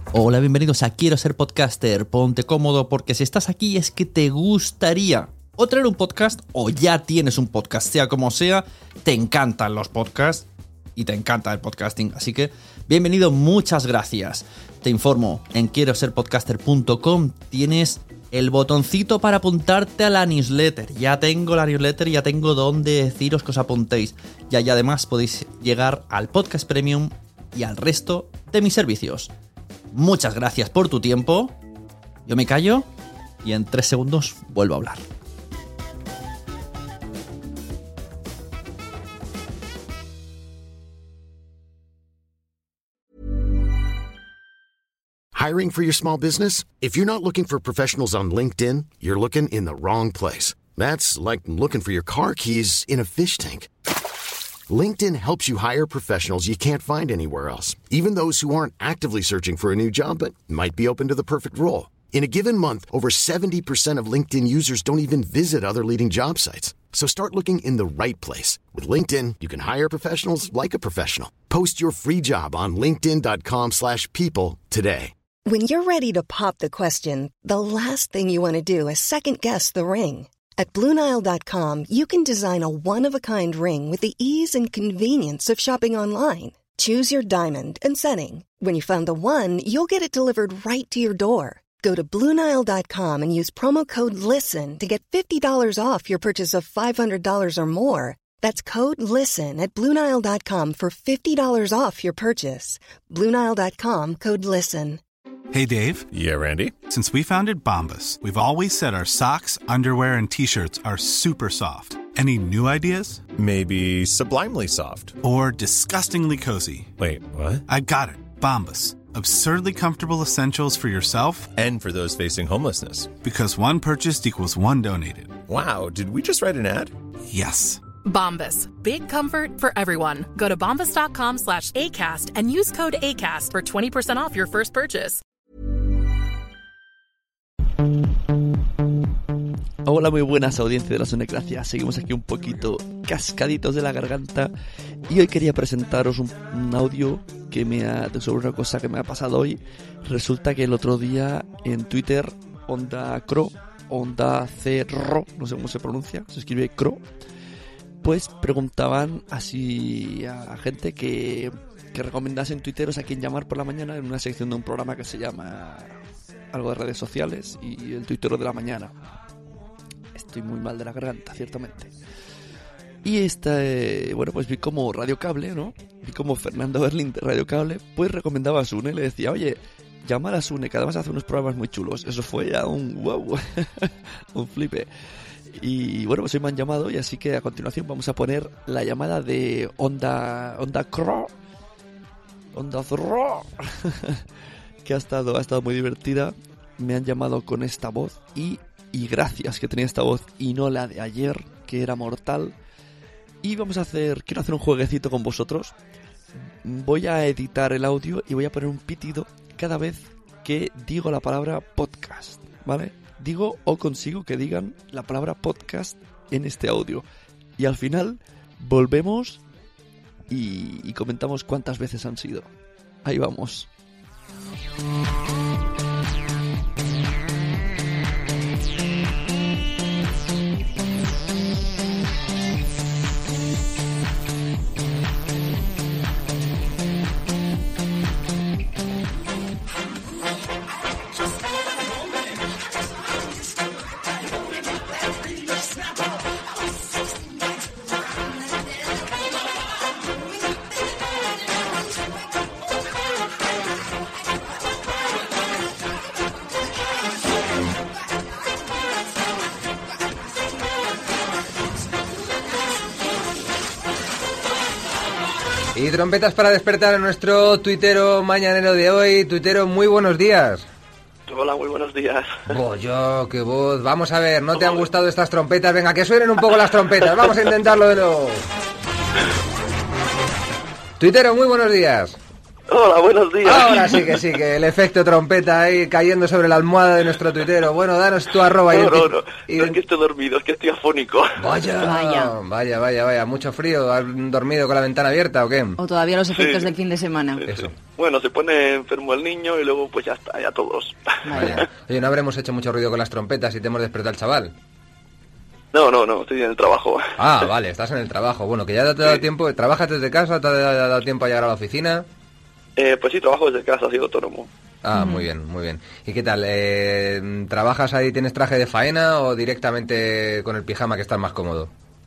Hola, bienvenidos a Quiero Ser Podcaster. Ponte cómodo porque si estás aquí es que te gustaría o traer un podcast o ya tienes un podcast, sea como sea, te encantan los podcasts y te encanta el podcasting. Así que bienvenido, muchas gracias. Te informo, en quiero ser podcaster.com tienes el botoncito para apuntarte a la newsletter. Ya tengo la newsletter, ya tengo donde deciros que os apuntéis. Y además podéis llegar al podcast premium y al resto de mis servicios. Muchas gracias por tu tiempo. Yo me callo y en 3 segundos vuelvo a hablar. Hiring for your small business? If you're not looking for professionals on LinkedIn, you're looking in the wrong place. That's like looking for your car keys in a fish tank. LinkedIn helps you hire professionals you can't find anywhere else, even those who aren't actively searching for a new job but might be open to the perfect role. In a given month, over 70% of LinkedIn users don't even visit other leading job sites. So start looking in the right place. With LinkedIn, you can hire professionals like a professional. Post your free job on linkedin.com/people today. When you're ready to pop the question, the last thing you want to do is second-guess the ring. At BlueNile.com, you can design a one-of-a-kind ring with the ease and convenience of shopping online. Choose your diamond and setting. When you find the one, you'll get it delivered right to your door. Go to BlueNile.com and use promo code LISTEN to get $50 off your purchase of $500 or more. That's code LISTEN at BlueNile.com for $50 off your purchase. BlueNile.com, code LISTEN. Hey, Dave. Yeah, Randy. Since we founded Bombas, we've always said our socks, underwear, and T-shirts are super soft. Any new ideas? Maybe sublimely soft. Or disgustingly cozy. Wait, what? I got it. Bombas. Absurdly comfortable essentials for yourself and for those facing homelessness. Because one purchased equals one donated. Wow, did we just write an ad? Yes. Bombas. Big comfort for everyone. Go to bombas.com/ACAST and use code ACAST for 20% off your first purchase. Hola, muy buenas audiencia de la Sonecracia. Seguimos aquí un poquito cascaditos de la garganta y hoy quería presentaros un audio que sobre una cosa que me ha pasado hoy. Resulta que el otro día en Twitter, Onda Cro, no sé cómo se pronuncia, se escribe Cro, pues preguntaban así a gente que recomendasen tuiteros a quien llamar por la mañana en una sección de un programa que se llama algo de redes sociales y el tuitero de la mañana. Estoy muy mal de la garganta, ciertamente. Y pues vi como Radio Cable, ¿no? Vi como Fernando Berlín de Radio Cable, pues recomendaba a Sune, le decía, oye, llama a Sune, que además hace unos programas muy chulos. Eso fue ya un wow, un flipe. Y bueno, pues hoy me han llamado y así que a continuación vamos a poner la llamada de Onda Cro, que ha estado muy divertida. Me han llamado con esta voz y gracias que tenía esta voz y no la de ayer, que era mortal. Y quiero hacer un jueguecito con vosotros. Voy a editar el audio y voy a poner un pitido cada vez que digo la palabra podcast, ¿vale? Digo o consigo que digan la palabra podcast en este audio. Y al final volvemos y comentamos cuántas veces han sido. Ahí vamos. Y trompetas para despertar a nuestro tuitero mañanero de hoy. Tuitero, muy buenos días. Hola, muy buenos días. Qué voz. Vamos a ver, ¿no te han gustado estas trompetas? Venga, que suenen un poco las trompetas. Vamos a intentarlo de nuevo. Tuitero, muy buenos días. Hola, buenos días. Ahora sí, que el efecto trompeta ahí cayendo sobre la almohada de nuestro tuitero. Bueno, danos tu arroba. No, es que estoy dormido, es que estoy afónico. Vaya, mucho frío. ¿Has dormido con la ventana abierta o qué? O todavía los efectos del fin de semana. Eso. Bueno, se pone enfermo el niño y luego pues ya está, ya todos. Vaya. Oye, ¿no habremos hecho mucho ruido con las trompetas y te hemos despertado al chaval? No, estoy en el trabajo. Ah, vale, estás en el trabajo. Bueno, que ya te ha dado tiempo. ¿Trabajas desde casa? ¿Te ha dado tiempo a llegar a la oficina? Pues sí, trabajo desde casa, soy autónomo. Ah, muy bien. ¿Y qué tal? ¿Trabajas ahí, tienes traje de faena o directamente con el pijama que estás más cómodo?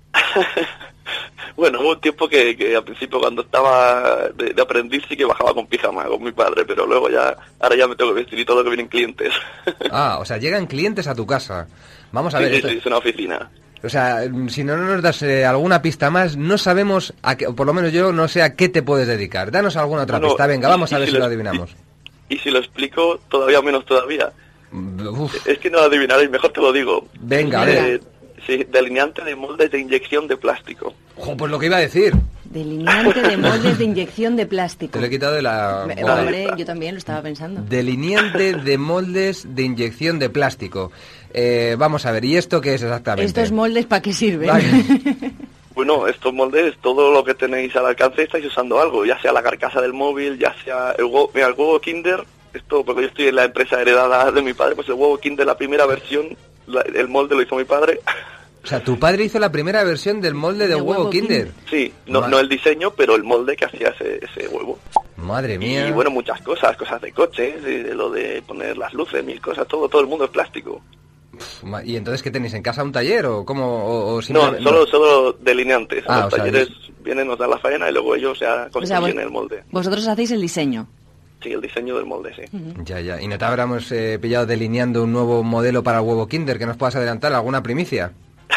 Bueno, hubo un tiempo que al principio cuando estaba de aprendiz sí que bajaba con pijama con mi padre, pero luego ahora ya me tengo que vestir y todo, que vienen clientes. Ah, o sea, llegan clientes a tu casa. Vamos a ver. Sí, es una oficina. O sea, si no nos das alguna pista más, no sabemos, o por lo menos yo no sé a qué te puedes dedicar. Danos alguna otra pista, venga, vamos a ver si lo adivinamos. Y si lo explico, todavía menos todavía. Uf. Es que no lo adivinaréis, mejor te lo digo. Venga, a ver. Sí, delineante de moldes de inyección de plástico. Ojo, pues lo que iba a decir. Delineante de moldes de inyección de plástico. Te lo he quitado de la... Hombre, yo también lo estaba pensando. Delineante de moldes de inyección de plástico. Vamos a ver, ¿y esto qué es exactamente? ¿Estos moldes para qué sirven? Vale. Bueno, estos moldes, todo lo que tenéis al alcance estáis usando algo, ya sea la carcasa del móvil, ya sea el huevo Kinder, esto porque yo estoy en la empresa heredada de mi padre, pues el huevo Kinder, la primera versión, el molde lo hizo mi padre. O sea, tu padre hizo la primera versión del molde de huevo Kinder. Sí, no el diseño, pero el molde que hacía ese huevo. Madre mía. Y bueno, muchas cosas de coches, de lo de poner las luces, mil cosas, todo el mundo es plástico. ¿Y entonces qué tenéis? ¿En casa un taller o cómo? O no, solo delineantes. Los talleres sea, vienen, nos dan la faena y luego ellos ya construyen el molde. Vosotros hacéis el diseño. Sí, el diseño del molde, sí. Ya. ¿Y no te habremos pillado delineando un nuevo modelo para el huevo Kinder? ¿Que nos puedas adelantar? ¿Alguna primicia?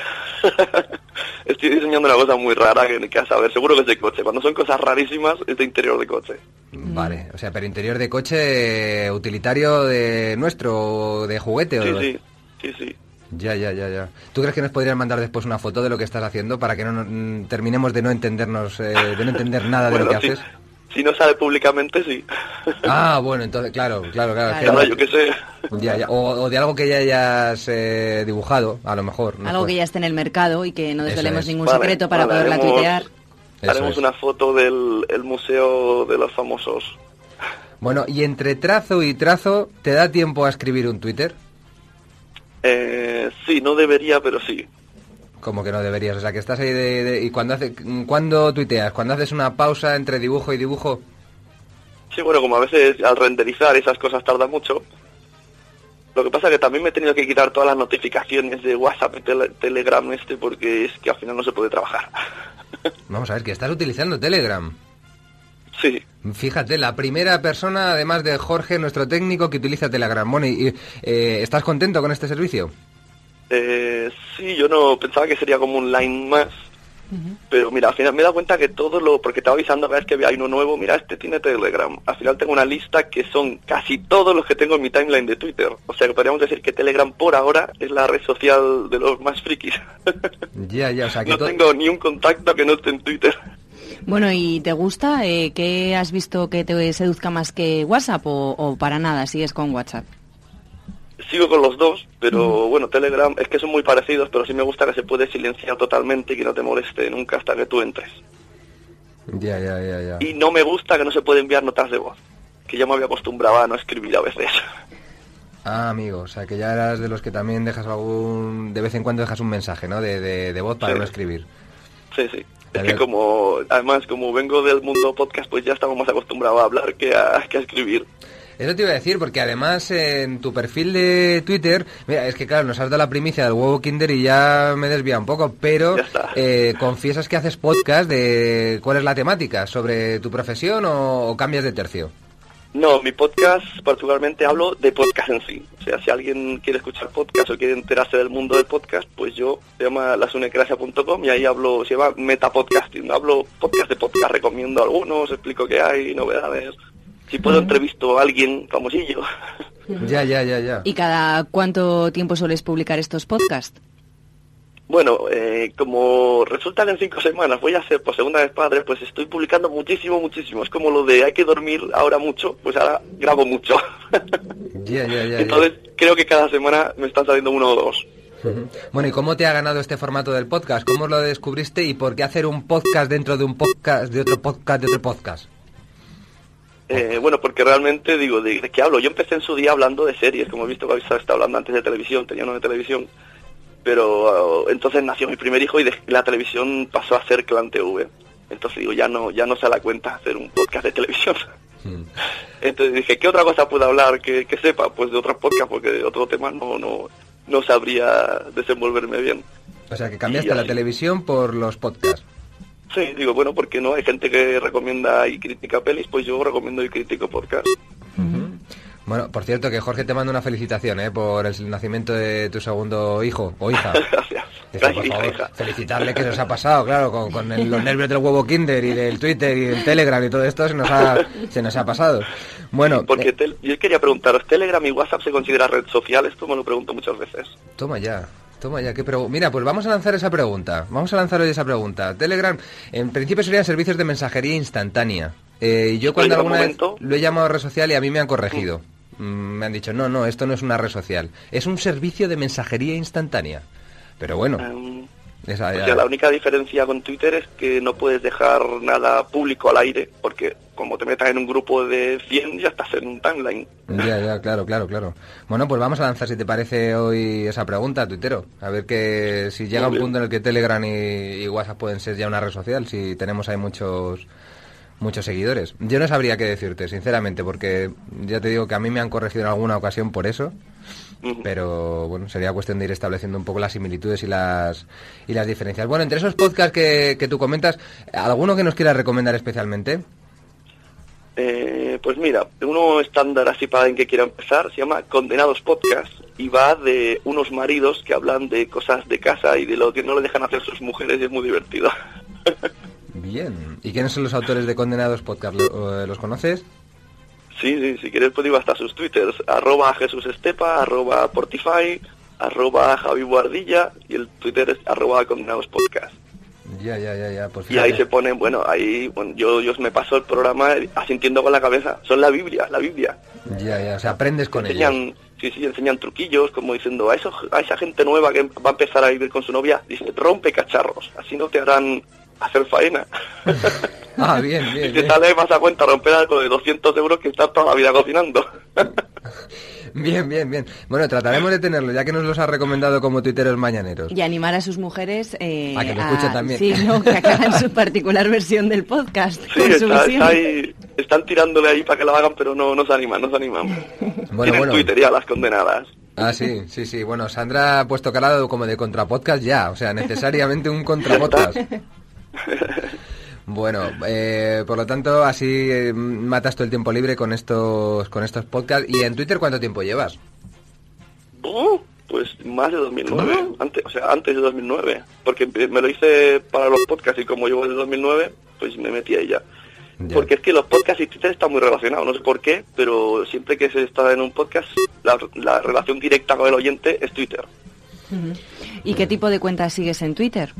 Estoy diseñando una cosa muy rara que a saber, seguro que es de coche. Cuando son cosas rarísimas es de interior de coche. Vale, o sea, pero interior de coche utilitario de nuestro, de juguete. Sí. Ya. ¿Tú crees que nos podrían mandar después una foto de lo que estás haciendo para que no terminemos de no entendernos, de no entender nada de lo que haces? Si no sale públicamente, sí. Ah, bueno, entonces, claro. Claro, yo qué sé. Ya. O de algo que ya hayas dibujado, a lo mejor. Algo que ya esté en el mercado y que no desvelemos ningún secreto para poderla tuitear. Haremos una foto del museo de los famosos. Bueno, y entre trazo y trazo, ¿te da tiempo a escribir un Twitter? Sí, no debería, pero sí. Como que no deberías, o sea, que estás ahí ¿Y cuándo tuiteas? ¿Cuándo haces una pausa entre dibujo y dibujo? Sí, bueno, como a veces al renderizar esas cosas tarda mucho. Lo que pasa es que también me he tenido que quitar todas las notificaciones de WhatsApp y Telegram porque es que al final no se puede trabajar. Vamos a ver, que estás utilizando Telegram. Sí. Fíjate, la primera persona, además de Jorge, nuestro técnico, que utiliza Telegram. Bueno, ¿estás contento con este servicio? Sí, yo no pensaba que sería como un line más, pero mira, al final me he dado cuenta que porque estaba avisando cada vez que hay uno nuevo, mira, este tiene Telegram. Al final tengo una lista que son casi todos los que tengo en mi timeline de Twitter. O sea que podríamos decir que Telegram por ahora es la red social de los más frikis. Ya, o sea que no tengo ni un contacto que no esté en Twitter. Bueno, ¿y te gusta? ¿Qué has visto que te seduzca más que WhatsApp o para nada, sigues con WhatsApp? Sigo con los dos, pero bueno, Telegram es que son muy parecidos, pero sí me gusta que se puede silenciar totalmente y que no te moleste nunca hasta que tú entres. Ya. Y no me gusta que no se puede enviar notas de voz, que ya me había acostumbrado a no escribir a veces. Ah, amigo, o sea que ya eras de los que también dejas de vez en cuando dejas un mensaje, ¿no? De voz para no escribir. Sí. Es que además como vengo del mundo podcast, pues ya estamos más acostumbrados a hablar que a escribir. Eso te iba a decir, porque además en tu perfil de Twitter, mira, es que claro, nos has dado la primicia del huevo Kinder y ya me desvía un poco, pero confiesas que haces podcast de cuál es la temática, sobre tu profesión o cambias de tercio. No, mi podcast particularmente hablo de podcast en sí. O sea, si alguien quiere escuchar podcast o quiere enterarse del mundo del podcast, pues yo, se llama lasunecracia.com y ahí se llama metapodcasting. Hablo podcast de podcast, recomiendo algunos, explico qué hay, novedades. Si puedo entrevisto a alguien famosillo. Ya. ¿Y cada cuánto tiempo sueles publicar estos podcasts? Bueno, como resulta que en 5 semanas voy a ser por segunda vez padre, pues estoy publicando muchísimo. Es como lo de hay que dormir ahora mucho, pues ahora grabo mucho. Entonces creo que cada semana me están saliendo 1 o 2. Bueno, ¿y cómo te ha ganado este formato del podcast? ¿Cómo lo descubriste y por qué hacer un podcast dentro de un podcast, de otro podcast, de otro podcast? Bueno, porque realmente digo, ¿de qué hablo? Yo empecé en su día hablando de series, como he visto que habéis estado hablando antes de televisión, tenía uno de televisión. Pero entonces nació mi primer hijo y la televisión pasó a ser Clan TV. Entonces digo, ya no se da cuenta hacer un podcast de televisión. Entonces dije, ¿qué otra cosa puedo hablar que sepa? Pues de otros podcasts, porque de otro tema no sabría desenvolverme bien. O sea, que cambiaste la televisión por los podcasts. Sí, digo, bueno, porque no hay gente que recomienda y critica pelis, pues yo recomiendo y critico podcast. Bueno, por cierto, que Jorge te manda una felicitación por el nacimiento de tu segundo hijo o hija. Gracias. Por favor, felicitarle, que se nos ha pasado, claro, con los nervios del huevo Kinder y del Twitter y del Telegram y todo esto se nos ha pasado. Bueno, porque yo quería preguntaros, ¿Telegram y WhatsApp se considera red social? Esto me lo pregunto muchas veces. Toma ya, mira, pues vamos a lanzar esa pregunta. Vamos a lanzar hoy esa pregunta. Telegram, en principio serían servicios de mensajería instantánea. Y yo cuando alguna vez lo he llamado red social y a mí me han corregido. Me han dicho, no, esto no es una red social. Es un servicio de mensajería instantánea. Pero bueno... O sea, la única diferencia con Twitter es que no puedes dejar nada público al aire, porque como te metas en un grupo de 100 ya estás en un timeline. Ya, claro. Bueno, pues vamos a lanzar, si te parece, hoy esa pregunta, tuitero. A ver que si llega un punto en el que Telegram y WhatsApp pueden ser ya una red social, si tenemos ahí muchos seguidores. Yo no sabría qué decirte, sinceramente, porque ya te digo que a mí me han corregido en alguna ocasión por eso. Pero bueno, sería cuestión de ir estableciendo un poco las similitudes y las diferencias. Bueno, entre esos podcasts que tú comentas, ¿alguno que nos quieras recomendar especialmente? Pues mira, uno estándar así para alguien que quiera empezar, se llama Condenados Podcast y va de unos maridos que hablan de cosas de casa y de lo que no le dejan hacer sus mujeres y es muy divertido. Bien. ¿Y quiénes son los autores de Condenados Podcast? ¿Los conoces? Sí, si quieres pues digo hasta sus twitters, @JesusEstepa, @Portify, @JaviBuardilla y el twitter es @CondenadosPodcast. Ya, pues fíjate. Y ahí se ponen, yo me paso el programa asintiendo con la cabeza, son la Biblia. Ya, o sea, aprendes con ellos. Sí, enseñan truquillos, como diciendo, a esa gente nueva que va a empezar a vivir con su novia, dice, rompe cacharros, así no te harán hacer faena. Bien. Y te sale más a cuenta romper algo de 200 euros que estar toda la vida cocinando. Bien. Bueno, trataremos de tenerlo, ya que nos los ha recomendado como tuiteros mañaneros. Y animar a sus mujeres a que lo escuchen también. Sí, que hagan su particular versión del podcast. Sí, está ahí, están tirándole ahí para que lo hagan, pero no se animan. Tienen Twitter ya las condenadas. Ah, sí. Bueno, Sandra ha puesto calado como de contrapodcast ya, o sea, necesariamente un contrapodcast. Bueno, por lo tanto, así matas todo el tiempo libre con estos podcasts. ¿Y en Twitter cuánto tiempo llevas? Pues más de 2009, antes de 2009, porque me lo hice para los podcasts y como llevo desde 2009, pues me metí ahí ya. Porque es que los podcasts y Twitter están muy relacionados, no sé por qué, pero siempre que se está en un podcast, la relación directa con el oyente es Twitter. ¿Y qué tipo de cuentas sigues en Twitter?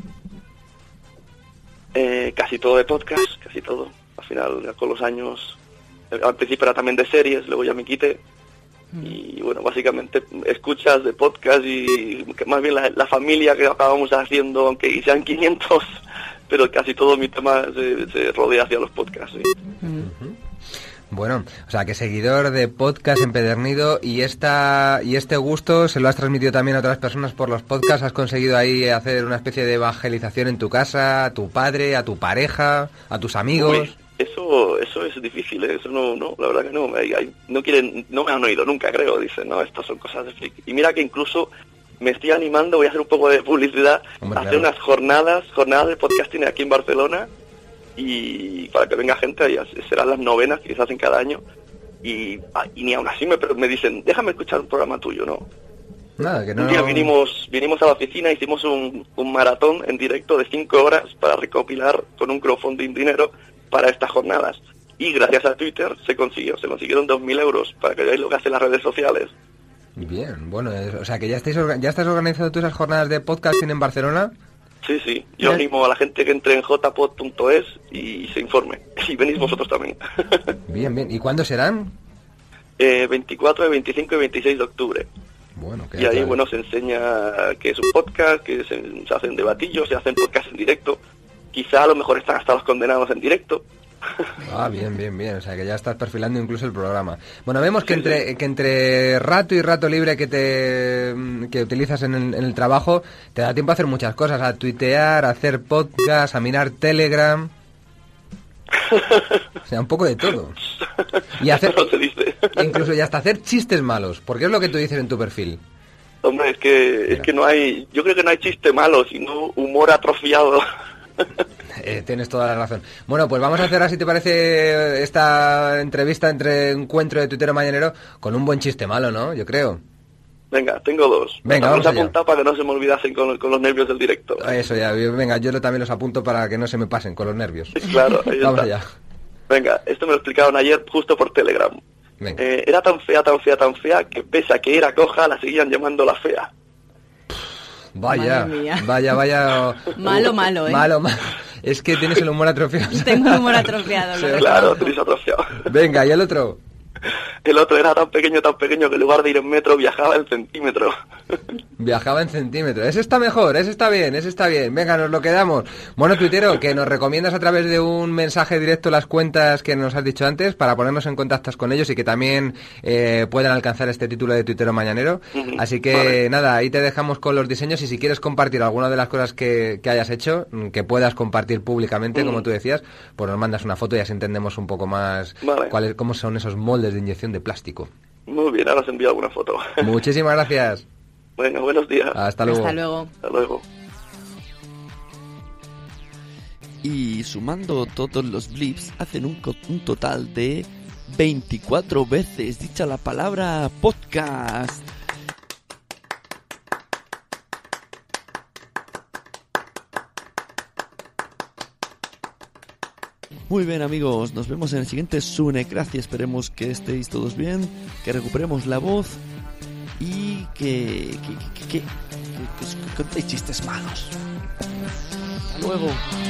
Casi todo de podcast, casi todo. Al final, con los años, al principio era también de series, luego ya me quité. Y bueno, básicamente escuchas de podcast y más bien la familia que acabamos haciendo, aunque sean 500, pero casi todo mi tema se rodea hacia los podcasts. ¿Sí? Bueno, o sea, que seguidor de podcast empedernido y este gusto se lo has transmitido también a otras personas por los podcasts. ¿Has conseguido ahí hacer una especie de evangelización en tu casa, a tu padre, a tu pareja, a tus amigos? Uy, eso es difícil, ¿eh? Eso no, la verdad que no. No me han oído nunca, creo. Dicen, no, estas son cosas de friki. Y mira que incluso me estoy animando, voy a hacer un poco de publicidad, a hacer unas jornadas de podcasting aquí en Barcelona. Y para que venga gente, serán las 9º que se hacen cada año, y ni aún así me dicen, déjame escuchar un programa tuyo, ¿no? Nada, que no. Un día vinimos a la oficina, hicimos un maratón en directo de 5 horas para recopilar con un crowdfunding dinero para estas jornadas. Y gracias a Twitter se consiguieron 2.000 euros, para que veáis lo que hacen las redes sociales. Bien, bueno, o sea que ya estás organizando tú esas jornadas de podcasting en Barcelona. Sí, yo animo a la gente que entre en jpod.es y se informe. Y venís vosotros también. Bien. ¿Y cuándo serán? 24, 25 y 26 de octubre. Bueno, y ahí, se enseña que es un podcast, que se hacen debatillos, se hacen podcasts en directo. Quizá a lo mejor están hasta los condenados en directo. Bien. O sea, que ya estás perfilando incluso el programa. Bueno, vemos que entre rato y rato libre que utilizas en el trabajo, te da tiempo a hacer muchas cosas, a tuitear, a hacer podcast, a mirar Telegram. O sea, un poco de todo. Y hacer, incluso y hasta hacer chistes malos, porque es lo que tú dices en tu perfil. Hombre, es que no hay, yo creo que no hay chiste malo, sino humor atrofiado. Tienes toda la razón. Bueno, pues vamos a hacer, si te parece, esta entrevista entre encuentro de tuitero mañanero con un buen chiste malo, ¿no? Yo creo. Venga, tengo dos. Venga, vamos allá. Apuntado para que no se me olvidasen con los nervios del directo. Eso ya, venga, yo también los apunto para que no se me pasen con los nervios. Claro, ahí vamos está. allá. Venga, esto me lo explicaron ayer justo por Telegram. Era tan fea que pese a que era coja, la seguían llamando la fea. Vaya. Malo, ¿eh? Malo. Es que tienes el humor atrofiado. Tengo el humor atrofiado. Sí, claro, tienes atrofiado. Venga, ¿y el otro? El otro era tan pequeño que en lugar de ir en metro viajaba en centímetro. Viajaba en centímetros. Ese está mejor, ese está bien. Venga, nos lo quedamos. Bueno, tuitero, que nos recomiendas a través de un mensaje directo las cuentas que nos has dicho antes para ponernos en contacto con ellos y que también puedan alcanzar este título de tuitero mañanero. Así que nada, ahí te dejamos con los diseños y si quieres compartir alguna de las cosas que hayas hecho, que puedas compartir públicamente, como tú decías, pues nos mandas una foto y así entendemos un poco más cómo son esos moldes de inyección de plástico. Muy bien, ahora os envío alguna foto. Muchísimas gracias. Bueno, buenos días. Hasta luego. Hasta luego. Y sumando todos los blips, hacen un total de 24 veces dicha la palabra podcast. Muy bien, amigos, nos vemos en el siguiente Sunecracia. Esperemos que estéis todos bien, que recuperemos la voz y que contéis chistes malos. Hasta luego.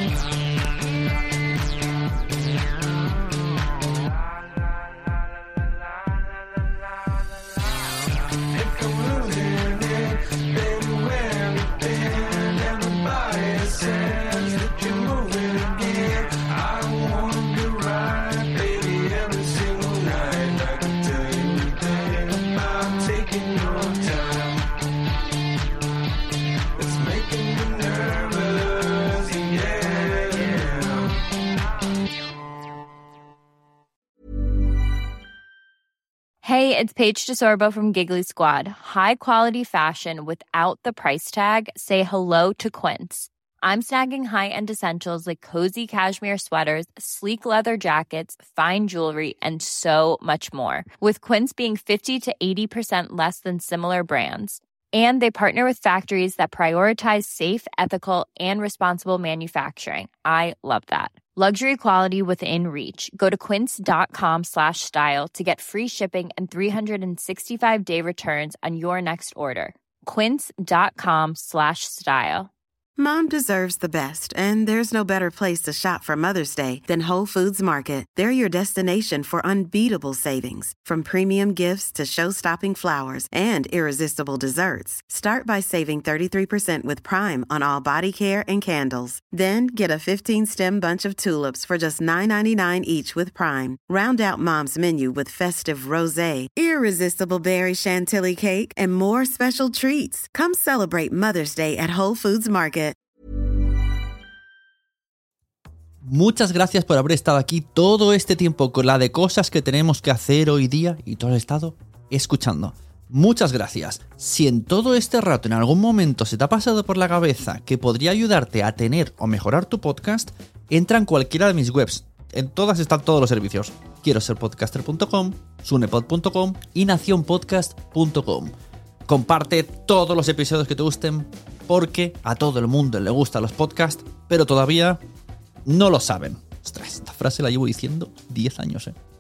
Hey, it's Paige DeSorbo from Giggly Squad. High quality fashion without the price tag. Say hello to Quince. I'm snagging high-end essentials like cozy cashmere sweaters, sleek leather jackets, fine jewelry, and so much more. With Quince being 50 to 80% less than similar brands. And they partner with factories that prioritize safe, ethical, and responsible manufacturing. I love that. Luxury quality within reach. Go to quince.com/style to get free shipping and 365-day returns on your next order. Quince.com/style. Mom deserves the best, and there's no better place to shop for Mother's Day than Whole Foods Market. They're your destination for unbeatable savings, from premium gifts to show-stopping flowers and irresistible desserts. Start by saving 33% with Prime on all body care and candles. Then get a 15-stem bunch of tulips for just $9.99 each with Prime. Round out Mom's menu with festive rosé, irresistible berry chantilly cake, and more special treats. Come celebrate Mother's Day at Whole Foods Market. Muchas gracias por haber estado aquí todo este tiempo con la de cosas que tenemos que hacer hoy día y todo el estado escuchando. Muchas gracias. Si en todo este rato en algún momento se te ha pasado por la cabeza que podría ayudarte a tener o mejorar tu podcast, entra en cualquiera de mis webs. En todas están todos los servicios. Quiero ser podcaster.com, sunepod.com y nacionpodcast.com. Comparte todos los episodios que te gusten porque a todo el mundo le gustan los podcasts, pero todavía no lo saben. Ostras, esta frase la llevo diciendo 10 años,